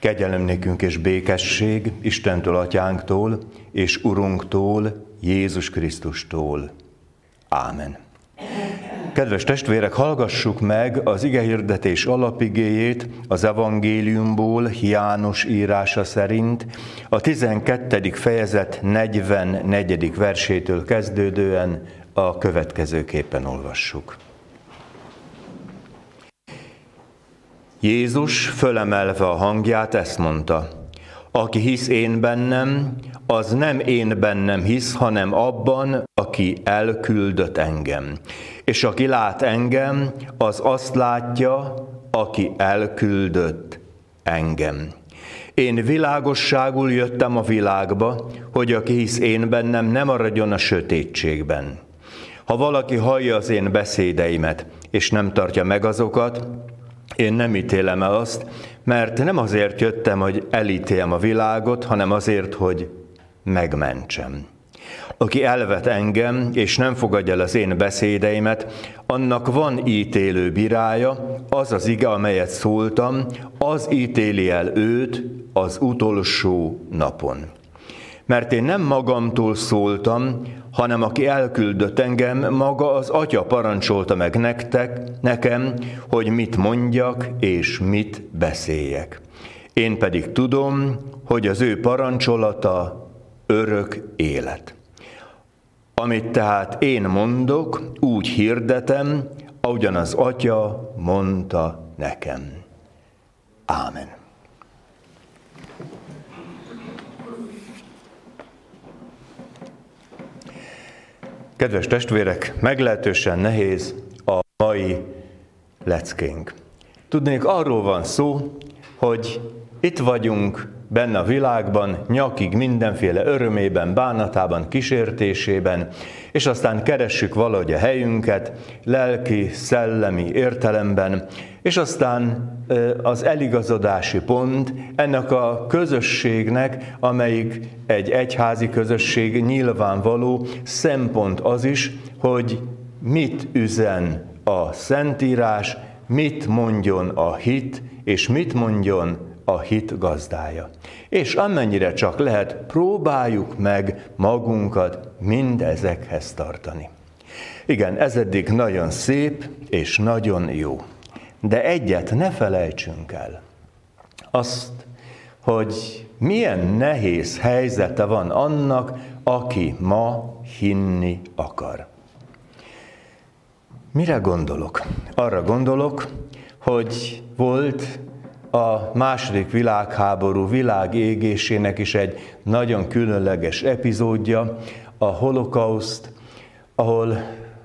Kegyelem nékünk és békesség Istentől, Atyánktól és Urunktól, Jézus Krisztustól. Ámen. Kedves testvérek, hallgassuk meg az igehirdetés alapigéjét az evangéliumból, János írása szerint, a 12. fejezet 44. versétől kezdődően a következőképpen olvassuk. Jézus fölemelve a hangját ezt mondta: aki hisz én bennem, az nem én bennem hisz, hanem abban, aki elküldött engem. És aki lát engem, az azt látja, aki elküldött engem. Én világosságul jöttem a világba, hogy aki hisz én bennem, ne maradjon a sötétségben. Ha valaki hallja az én beszédeimet, és nem tartja meg azokat, én nem ítélem el azt, mert nem azért jöttem, hogy elítéljem a világot, hanem azért, hogy megmentsem. Aki elvet engem, és nem fogadja el az én beszédeimet, annak van ítélő bírája, az az ige, amelyet szóltam, az ítéli el őt az utolsó napon. Mert én nem magamtól szóltam, hanem aki elküldött engem, maga az Atya parancsolta meg nekem, hogy mit mondjak és mit beszéljek. Én pedig tudom, hogy az ő parancsolata örök élet. Amit tehát én mondok, úgy hirdetem, ahogyan az Atya mondta nekem. Ámen. Kedves testvérek, meglehetősen nehéz a mai leckénk. Tudnék, arról van szó, hogy itt vagyunk benne a világban, nyakig mindenféle örömében, bánatában, kísértésében, és aztán keressük valahogy a helyünket, lelki, szellemi értelemben, és aztán az eligazodási pont ennek a közösségnek, amelyik egy egyházi közösség, nyilvánvaló szempont az is, hogy mit üzen a Szentírás, mit mondjon a hit, és mit mondjon a hit gazdája. És amennyire csak lehet, próbáljuk meg magunkat mindezekhez tartani. Igen, ez eddig nagyon szép és nagyon jó. De egyet ne felejtsünk el. Azt, hogy milyen nehéz helyzete van annak, aki ma hinni akar. Mire gondolok? Arra gondolok, hogy volt a II. Világháború világégésének is egy nagyon különleges epizódja, a holokauszt, ahol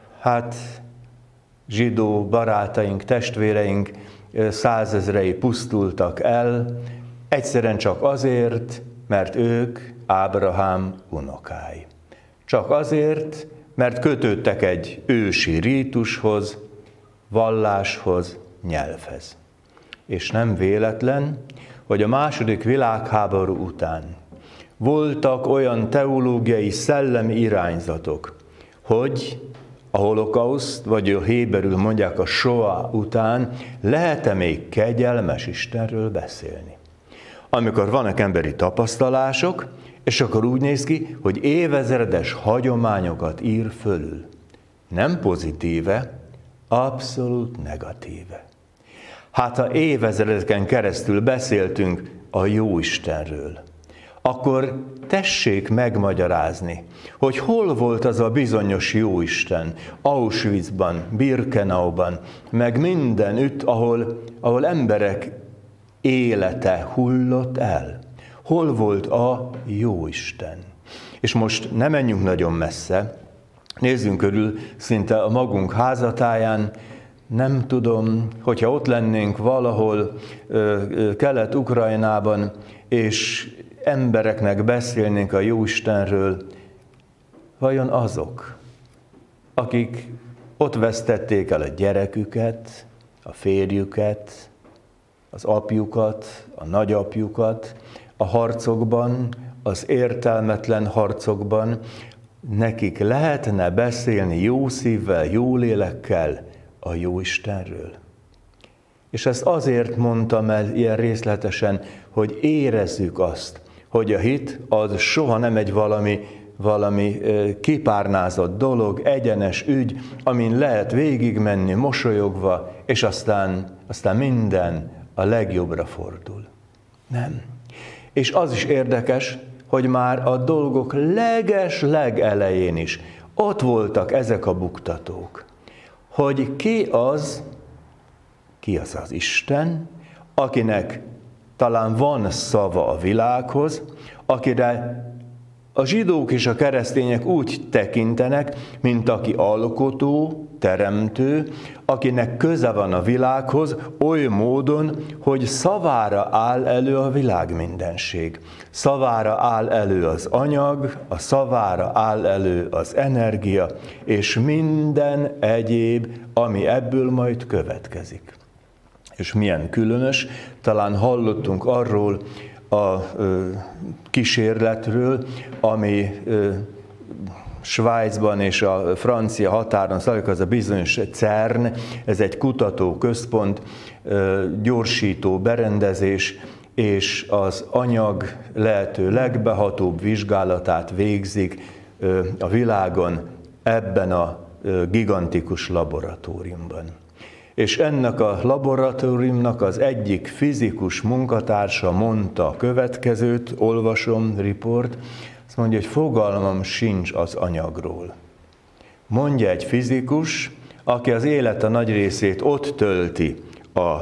zsidó barátaink, testvéreink százezrei pusztultak el, egyszerűen csak azért, mert ők Ábrahám unokái. Csak azért, mert kötődtek egy ősi rítushoz, valláshoz, nyelvhez. És nem véletlen, hogy a II. Világháború után voltak olyan teológiai szellemi irányzatok, hogy a holokauszt, vagy a héberül mondják a soa után lehet-e még kegyelmes Istenről beszélni? Amikor vannak emberi tapasztalások, és akkor úgy néz ki, hogy évezredes hagyományokat ír fölül. Nem pozitíve, abszolút negatíve. Hát ha évezredeken keresztül beszéltünk a Jóistenről, akkor tessék megmagyarázni, hogy hol volt az a bizonyos Jóisten, Auschwitzban, Birkenauban, meg mindenütt, ahol emberek élete hullott el. Hol volt a Jóisten? És most ne menjünk nagyon messze, nézzünk körül szinte a magunk házatáján. Nem tudom, hogyha ott lennénk valahol Kelet-Ukrajnában, és embereknek beszélnénk a Jóistenről, vajon azok, akik ott vesztették el a gyereküket, a férjüket, az apjukat, a nagyapjukat, a harcokban, az értelmetlen harcokban, nekik lehetne beszélni jó szívvel, jó lélekkel a Jóistenről? És ezt azért mondtam el ilyen részletesen, hogy érezzük azt, hogy a hit az soha nem egy valami kipárnázott dolog, egyenes ügy, amin lehet végigmenni mosolyogva, és aztán minden a legjobbra fordul. Nem. És az is érdekes, hogy már a dolgok legelején is ott voltak ezek a buktatók, hogy ki az az Isten, akinek talán van szava a világhoz, akire a zsidók és a keresztények úgy tekintenek, mint aki alkotó, teremtő, akinek köze van a világhoz, oly módon, hogy szavára áll elő a világ mindenség. Szavára áll elő az anyag, a szavára áll elő az energia, és minden egyéb, ami ebből majd következik. És milyen különös, talán hallottunk arról a kísérletről, ami Svájcban és a francia határon zajlik, az a bizonyos CERN, ez egy kutatóközpont, gyorsító berendezés, és az anyag lehető legbehatóbb vizsgálatát végzik a világon ebben a gigantikus laboratóriumban. És ennek a laboratóriumnak az egyik fizikus munkatársa mondta a következőt, olvasom, riport, azt mondja, hogy fogalmam sincs az anyagról. Mondja egy fizikus, aki az élete nagy részét ott tölti a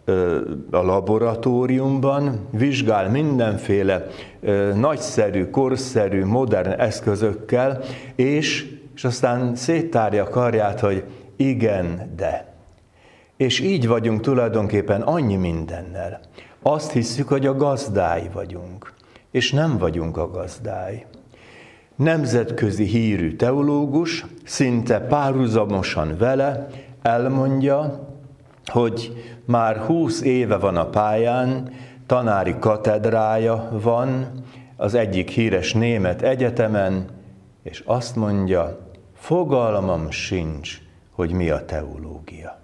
laboratóriumban, vizsgál mindenféle nagyszerű, korszerű, modern eszközökkel, és aztán széttárja a karját, hogy igen, de. És így vagyunk tulajdonképpen annyi mindennel. Azt hiszük, hogy a gazdái vagyunk, és nem vagyunk a gazdái. Nemzetközi hírű teológus szinte párhuzamosan vele elmondja, hogy már 20 éve van a pályán, tanári katedrája van az egyik híres német egyetemen, és azt mondja, fogalmam sincs, hogy mi a teológia.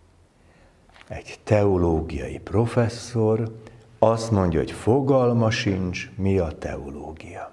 Egy teológiai professzor azt mondja, hogy fogalma sincs, mi a teológia.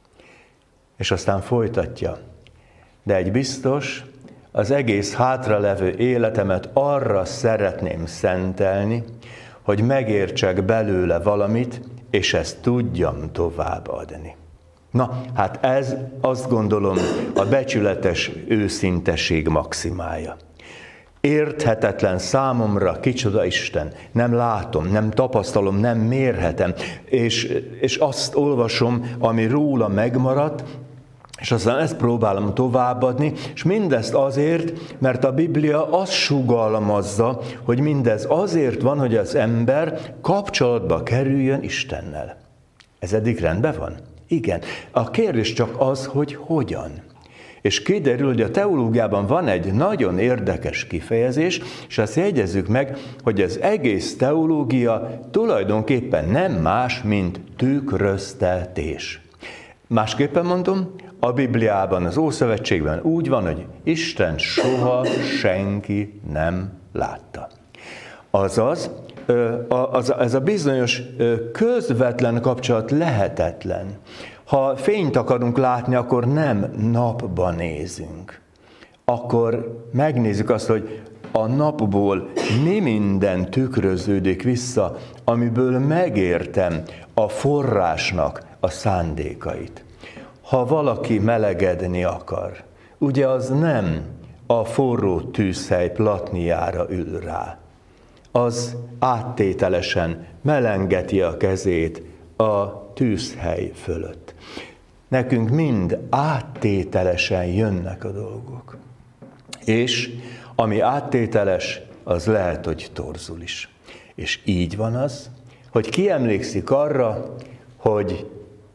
És aztán folytatja, de egy biztos, az egész hátralevő életemet arra szeretném szentelni, hogy megértsek belőle valamit, és ezt tudjam továbbadni. Na, hát ez azt gondolom a becsületes őszinteség maximája. Érthetetlen számomra, kicsoda Isten, nem látom, nem tapasztalom, nem mérhetem, és azt olvasom, ami róla megmaradt, és aztán ezt próbálom továbbadni, és mindezt azért, mert a Biblia azt sugallmazza, hogy mindez azért van, hogy az ember kapcsolatba kerüljön Istennel. Ez eddig rendben van? Igen. A kérdés csak az, hogy hogyan. És kiderül, hogy a teológiában van egy nagyon érdekes kifejezés, és azt jegyezzük meg, hogy az egész teológia tulajdonképpen nem más, mint tükröztetés. Másképpen mondom, a Bibliában, az Ószövetségben úgy van, hogy Isten soha senki nem látta. Azaz, ez a bizonyos közvetlen kapcsolat lehetetlen. Ha fényt akarunk látni, akkor nem napba nézünk. Akkor megnézzük azt, hogy a napból mi minden tükröződik vissza, amiből megértem a forrásnak a szándékait. Ha valaki melegedni akar, ugye az nem a forró tűzhely platniára ül rá. Az áttételesen melengeti a kezét a tűzhely fölött. Nekünk mind áttételesen jönnek a dolgok. És ami áttételes, az lehet, hogy torzul is. És így van az, hogy ki emlékszik arra, hogy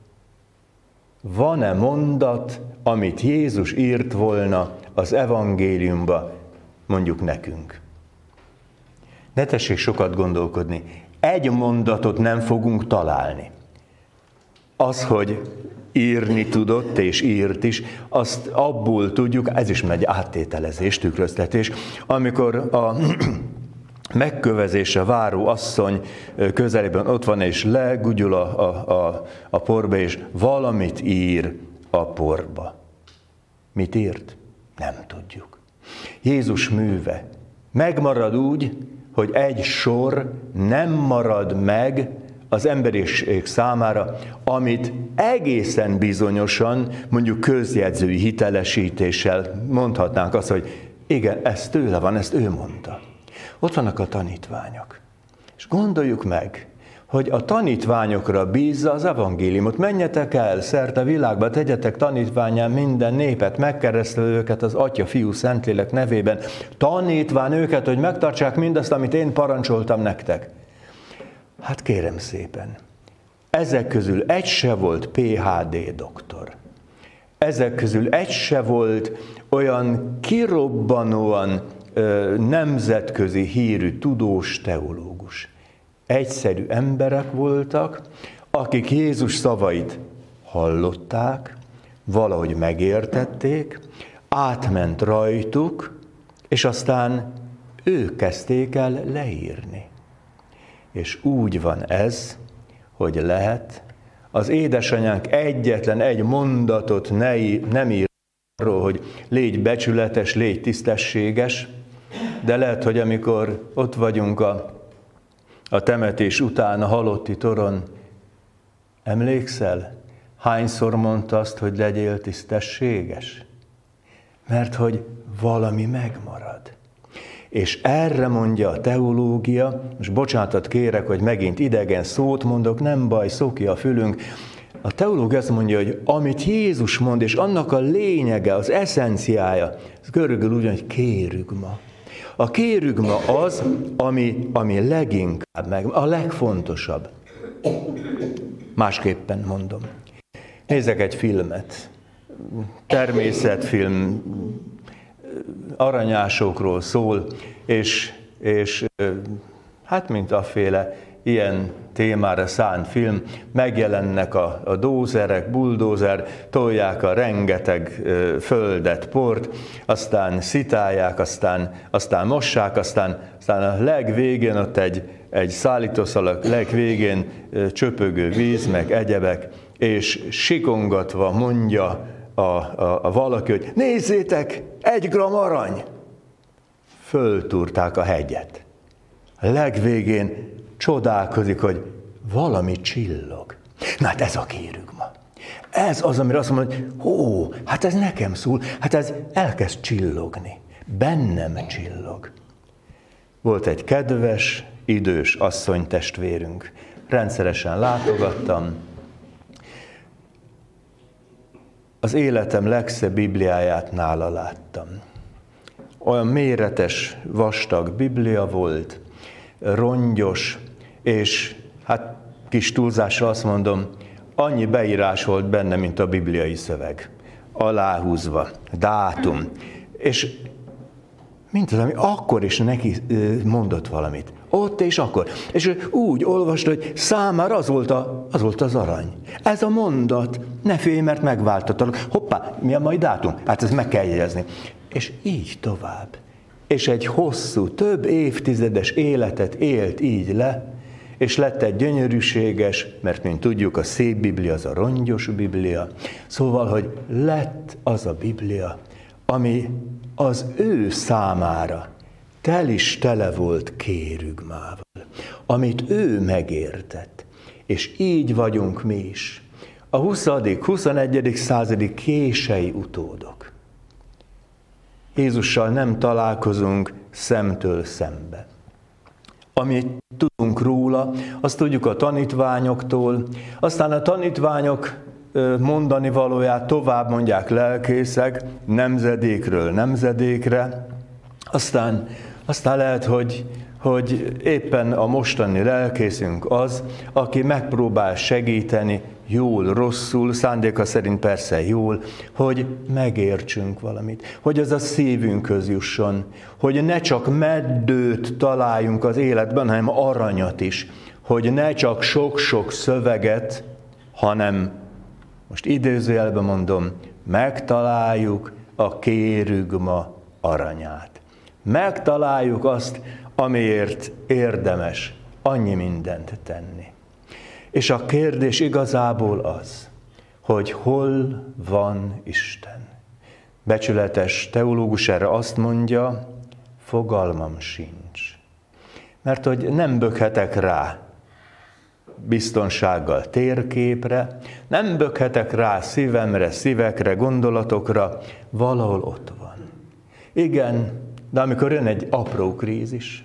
van-e mondat, amit Jézus írt volna az evangéliumba, mondjuk nekünk. Ne tessék sokat gondolkodni. Egy mondatot nem fogunk találni. Az, hogy írni tudott és írt is, azt abból tudjuk, ez is megy áttételezés, tükröztetés, amikor megkövezésre váró asszony közelében ott van, és legugyul a porba, és valamit ír a porba. Mit írt? Nem tudjuk. Jézus műve megmarad úgy, hogy egy sor nem marad meg az emberiség számára, amit egészen bizonyosan, mondjuk közjegyzői hitelesítéssel mondhatnánk azt, hogy igen, ez tőle van, ezt ő mondta. Ott vannak a tanítványok. És gondoljuk meg, hogy a tanítványokra bízza az evangéliumot. Menjetek el szerte világba, tegyetek tanítvánnyá minden népet, megkeresztelve őket az Atya, Fiú, Szentlélek nevében, tanítván őket, hogy megtartsák mindazt, amit én parancsoltam nektek. Hát kérem szépen, ezek közül egy se volt PhD doktor. Ezek közül egy se volt olyan kirobbanóan nemzetközi hírű tudós teológus. Egyszerű emberek voltak, akik Jézus szavait hallották, valahogy megértették, átment rajtuk, és aztán ők kezdték el leírni. És úgy van ez, hogy lehet, az édesanyánk egyetlen egy mondatot nem ír arról, hogy légy becsületes, légy tisztességes, de lehet, hogy amikor ott vagyunk a temetés után a halotti toron, emlékszel, hányszor mondta azt, hogy legyél tisztességes? Mert hogy valami megmarad. És erre mondja a teológia, most bocsánatot kérek, hogy megint idegen szót mondok, nem baj, szokja a fülünk. A teológia azt mondja, hogy amit Jézus mond, és annak a lényege, az eszenciája, ez görögül úgy, hogy kérügma. A kérügma az, ami leginkább meg, a legfontosabb. Másképpen mondom. Nézzek egy filmet. Természetfilm, aranyásokról szól, és hát mint afféle ilyen témára szánt film, megjelennek a dózerek, buldózer, tolják a rengeteg földet, port, aztán szitálják, aztán mossák, aztán a legvégén ott egy szállítószalag legvégén csöpögő víz, meg egyebek, és sikongatva mondja a valaki, hogy nézzétek, 1 gramm arany! Föltúrták a hegyet. A legvégén csodálkozik, hogy valami csillog. Na hát ez a kérügma. Ez az, amire azt mondom, hogy hát ez nekem szól, hát ez elkezd csillogni. Bennem csillog. Volt egy kedves, idős asszonytestvérünk. Rendszeresen látogattam. Az életem legszebb Bibliáját nála láttam. Olyan méretes, vastag Biblia volt, rongyos, és hát kis túlzásra azt mondom, annyi beírás volt benne, mint a bibliai szöveg. Aláhúzva, dátum. És mint az, ami akkor is neki mondott valamit. Ott és akkor. És ő úgy olvasta, hogy számára az volt az arany. Ez a mondat, ne félj, mert megváltottalak. Hoppá, mi a mai dátum? Hát ezt meg kell jegyezni. És így tovább. És egy hosszú, több évtizedes életet élt így le, és lett egy gyönyörűséges, mert mint tudjuk, a szép Biblia az a rongyos Biblia. Szóval, hogy lett az a Biblia, ami az ő számára tele volt kérügmával, amit ő megértett. És így vagyunk mi is. A 20., 21. századi kései utódok. Jézussal nem találkozunk szemtől szembe. Amit tudunk róla, azt tudjuk a tanítványoktól, aztán a tanítványok mondani valóját tovább mondják lelkészek, nemzedékről nemzedékre, aztán lehet, hogy éppen a mostani lelkészünk az, aki megpróbál segíteni, jól, rosszul, szándéka szerint persze jól, hogy megértsünk valamit, hogy az a szívünkhöz jusson, hogy ne csak meddőt találjunk az életben, hanem aranyat is, hogy ne csak sok-sok szöveget, hanem, most idézőjelben mondom, megtaláljuk a kérügma aranyát. Megtaláljuk azt, amiért érdemes annyi mindent tenni. És a kérdés igazából az, hogy hol van Isten. Becsületes teológus erre azt mondja, fogalmam sincs. Mert hogy nem bökhetek rá biztonsággal térképre, nem bökhetek rá szívemre, szívekre, gondolatokra, valahol ott van. Igen, de amikor jön egy apró krízis,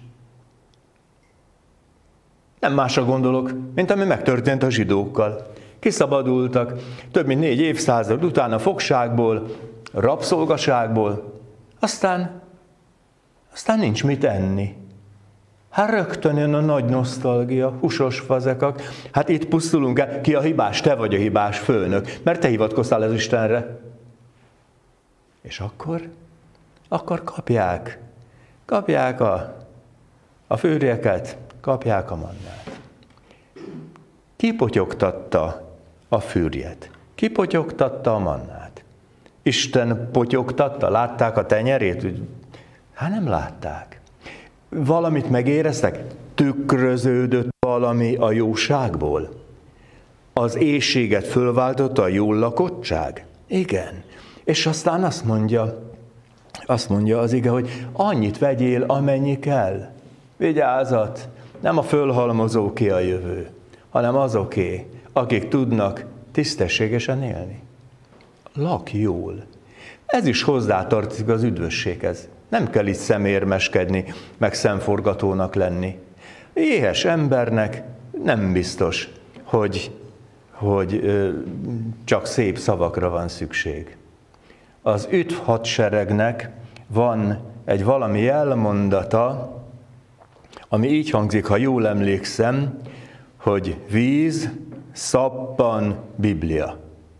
nem másra gondolok, mint ami megtörtént a zsidókkal. Kiszabadultak, több mint 4 évszázad után a fogságból, rabszolgaságból, aztán nincs mit enni. Hát rögtön jön a nagy nosztalgia, húsos fazekak. Hát itt pusztulunk el, ki a hibás? Te vagy a hibás főnök, mert te hivatkoztál az Istenre. És akkor kapják a fűrjeket, kapják a mannát. Ki potyogtatta a fűrjet? Ki potyogtatta a mannát? Isten potyogtatta? Látták a tenyerét? Hát nem látták. Valamit megéreztek? Tükröződött valami a jóságból? Az éhséget fölváltotta a jól lakottság? Igen. És aztán azt mondja az ige, hogy annyit vegyél, amennyi kell. Vigyázat, nem a fölhalmozóké a jövő, hanem azoké, akik tudnak tisztességesen élni. Lakj jól. Ez is hozzátartozik az üdvösséghez. Nem kell itt szemérmeskedni, meg szemforgatónak lenni. Éhes embernek nem biztos, hogy csak szép szavakra van szükség. Az üdv hadseregnek van egy valami jelmondata, ami így hangzik, ha jól emlékszem, hogy víz, szappan, Biblia.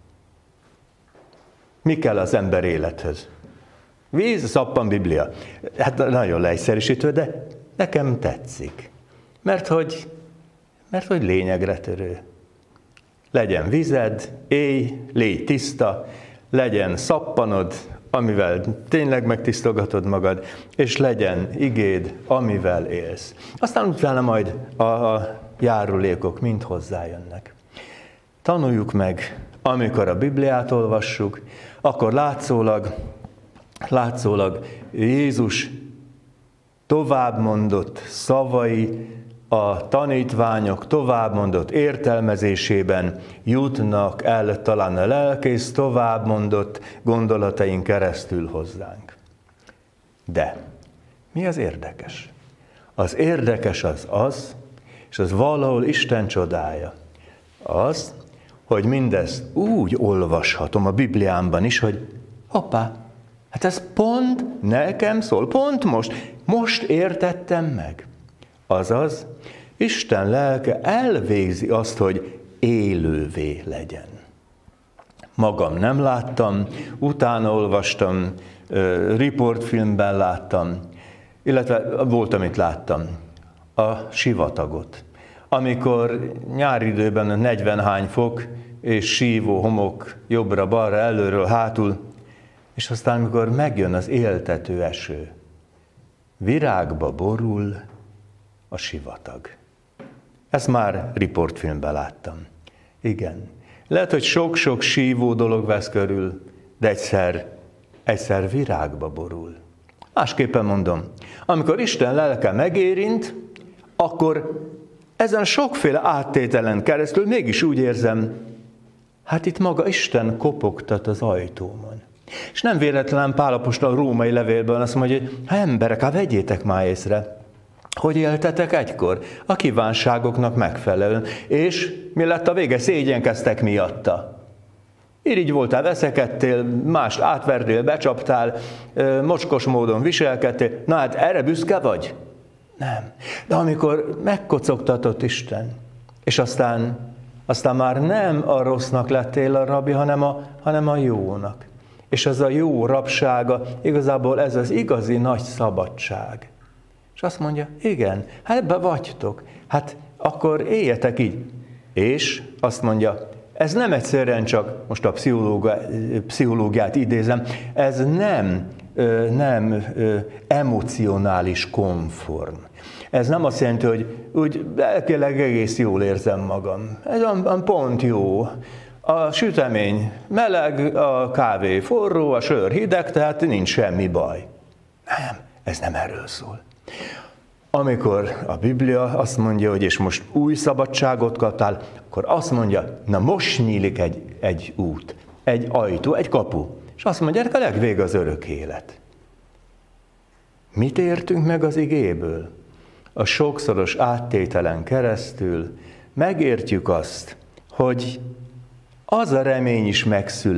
Mi kell az ember élethez? Víz, szappan, Biblia. Hát nagyon leegyszerűsítve, de nekem tetszik. Mert hogy lényegre törő. Legyen vized, élj, légy tiszta, legyen szappanod, amivel tényleg megtisztogatod magad, és legyen igéd, amivel élsz. Aztán utána majd a járulékok mind hozzájönnek. Tanuljuk meg, amikor a Bibliát olvassuk, akkor látszólag Jézus továbbmondott szavai, a tanítványok továbbmondott értelmezésében jutnak el talán a lelkész továbbmondott gondolatain keresztül hozzánk. De mi az érdekes? Az érdekes az, és az valahol Isten csodája, az, hogy mindezt úgy olvashatom a Bibliámban is, hogy hoppá, hát ez pont nekem szól, pont most értettem meg. Azaz, Isten lelke elvégzi azt, hogy élővé legyen. Magam nem láttam, utána olvastam, riportfilmben láttam, illetve volt, amit láttam, a sivatagot. Amikor nyári időben 40 hány fok, és sívó homok jobbra-balra, előről, hátul, és aztán, amikor megjön az éltető eső, virágba borul a sivatag. Ezt már riportfilmben láttam. Igen. Lehet, hogy sok-sok sívó dolog vesz körül, de egyszer virágba borul. Másképpen mondom, amikor Isten lelke megérint, akkor ezen sokféle áttételen keresztül mégis úgy érzem, hát itt maga Isten kopogtat az ajtómon. És nem véletlen Pál apostol a római levélben azt mondja, hogy emberek, hát vegyétek már észre, hogy éltetek egykor a kívánságoknak megfelelően, és mi lett a vége? Szégyenkeztek miatta. Irigy voltál, veszekedtél, mást átverdél, becsaptál, mocskos módon viselkedtél, na hát erre büszke vagy? Nem. De amikor megkocogtatott Isten, és aztán már nem a rossznak lettél a rabbi, hanem a jónak. És ez a jó rabsága, igazából ez az igazi nagy szabadság. És azt mondja, igen, hát ebben vagytok, hát akkor éljetek így. És azt mondja, ez nem egyszerűen csak, most a pszichológiát idézem, ez nem emocionális konform. Ez nem azt jelenti, hogy úgy lelkileg egész jól érzem magam. Ez pont jó. A sütemény meleg, a kávé forró, a sör hideg, tehát nincs semmi baj. Nem, ez nem erről szól. Amikor a Biblia azt mondja, hogy és most új szabadságot kaptál, akkor azt mondja, na most nyílik egy út, egy ajtó, egy kapu. És azt mondja, a legvége az örök élet. Mit értünk meg az igéből? A sokszoros áttételen keresztül megértjük azt, hogy az a remény is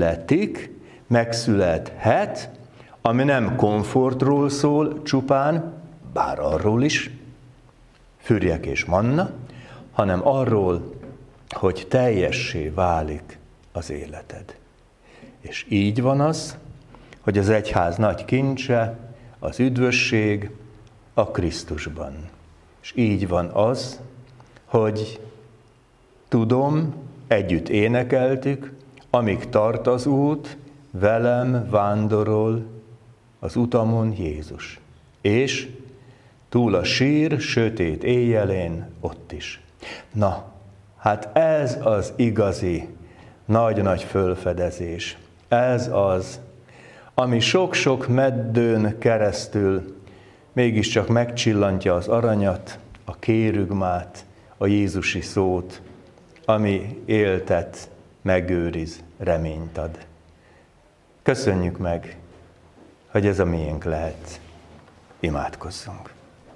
megszülethet, ami nem komfortról szól csupán, bár arról is, fürjek és manna, hanem arról, hogy teljessé válik az életed. És így van az, hogy az egyház nagy kincse, az üdvösség a Krisztusban. És így van az, hogy tudom, együtt énekeltük, amíg tart az út, velem vándorol az utamon Jézus. És túl a sír, sötét éjjelén ott is. Na, hát ez az igazi, nagy-nagy fölfedezés. Ez az, ami sok-sok meddőn keresztül mégiscsak megcsillantja az aranyat, a kérügmát, a jézusi szót, ami éltet, megőriz, reményt ad. Köszönjük meg, hogy ez a miénk lehet. Imádkozzunk.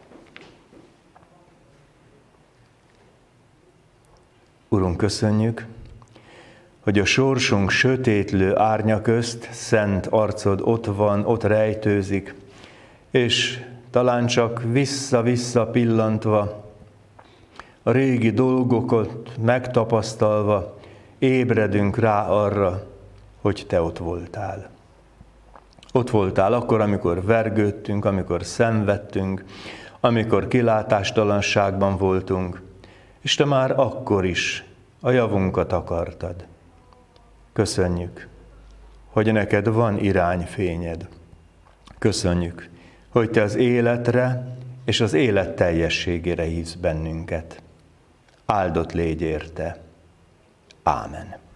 Urunk, köszönjük, hogy a sorsunk sötétlő árnya közt szent arcod ott van, ott rejtőzik, és talán csak vissza-vissza pillantva, a régi dolgokat megtapasztalva ébredünk rá arra, hogy te ott voltál. Ott voltál akkor, amikor vergődtünk, amikor szenvedtünk, amikor kilátástalanságban voltunk, és te már akkor is a javunkat akartad. Köszönjük, hogy neked van irányfényed. Köszönjük, hogy te az életre és az élet teljességére hívsz bennünket. Áldott légy érte. Ámen.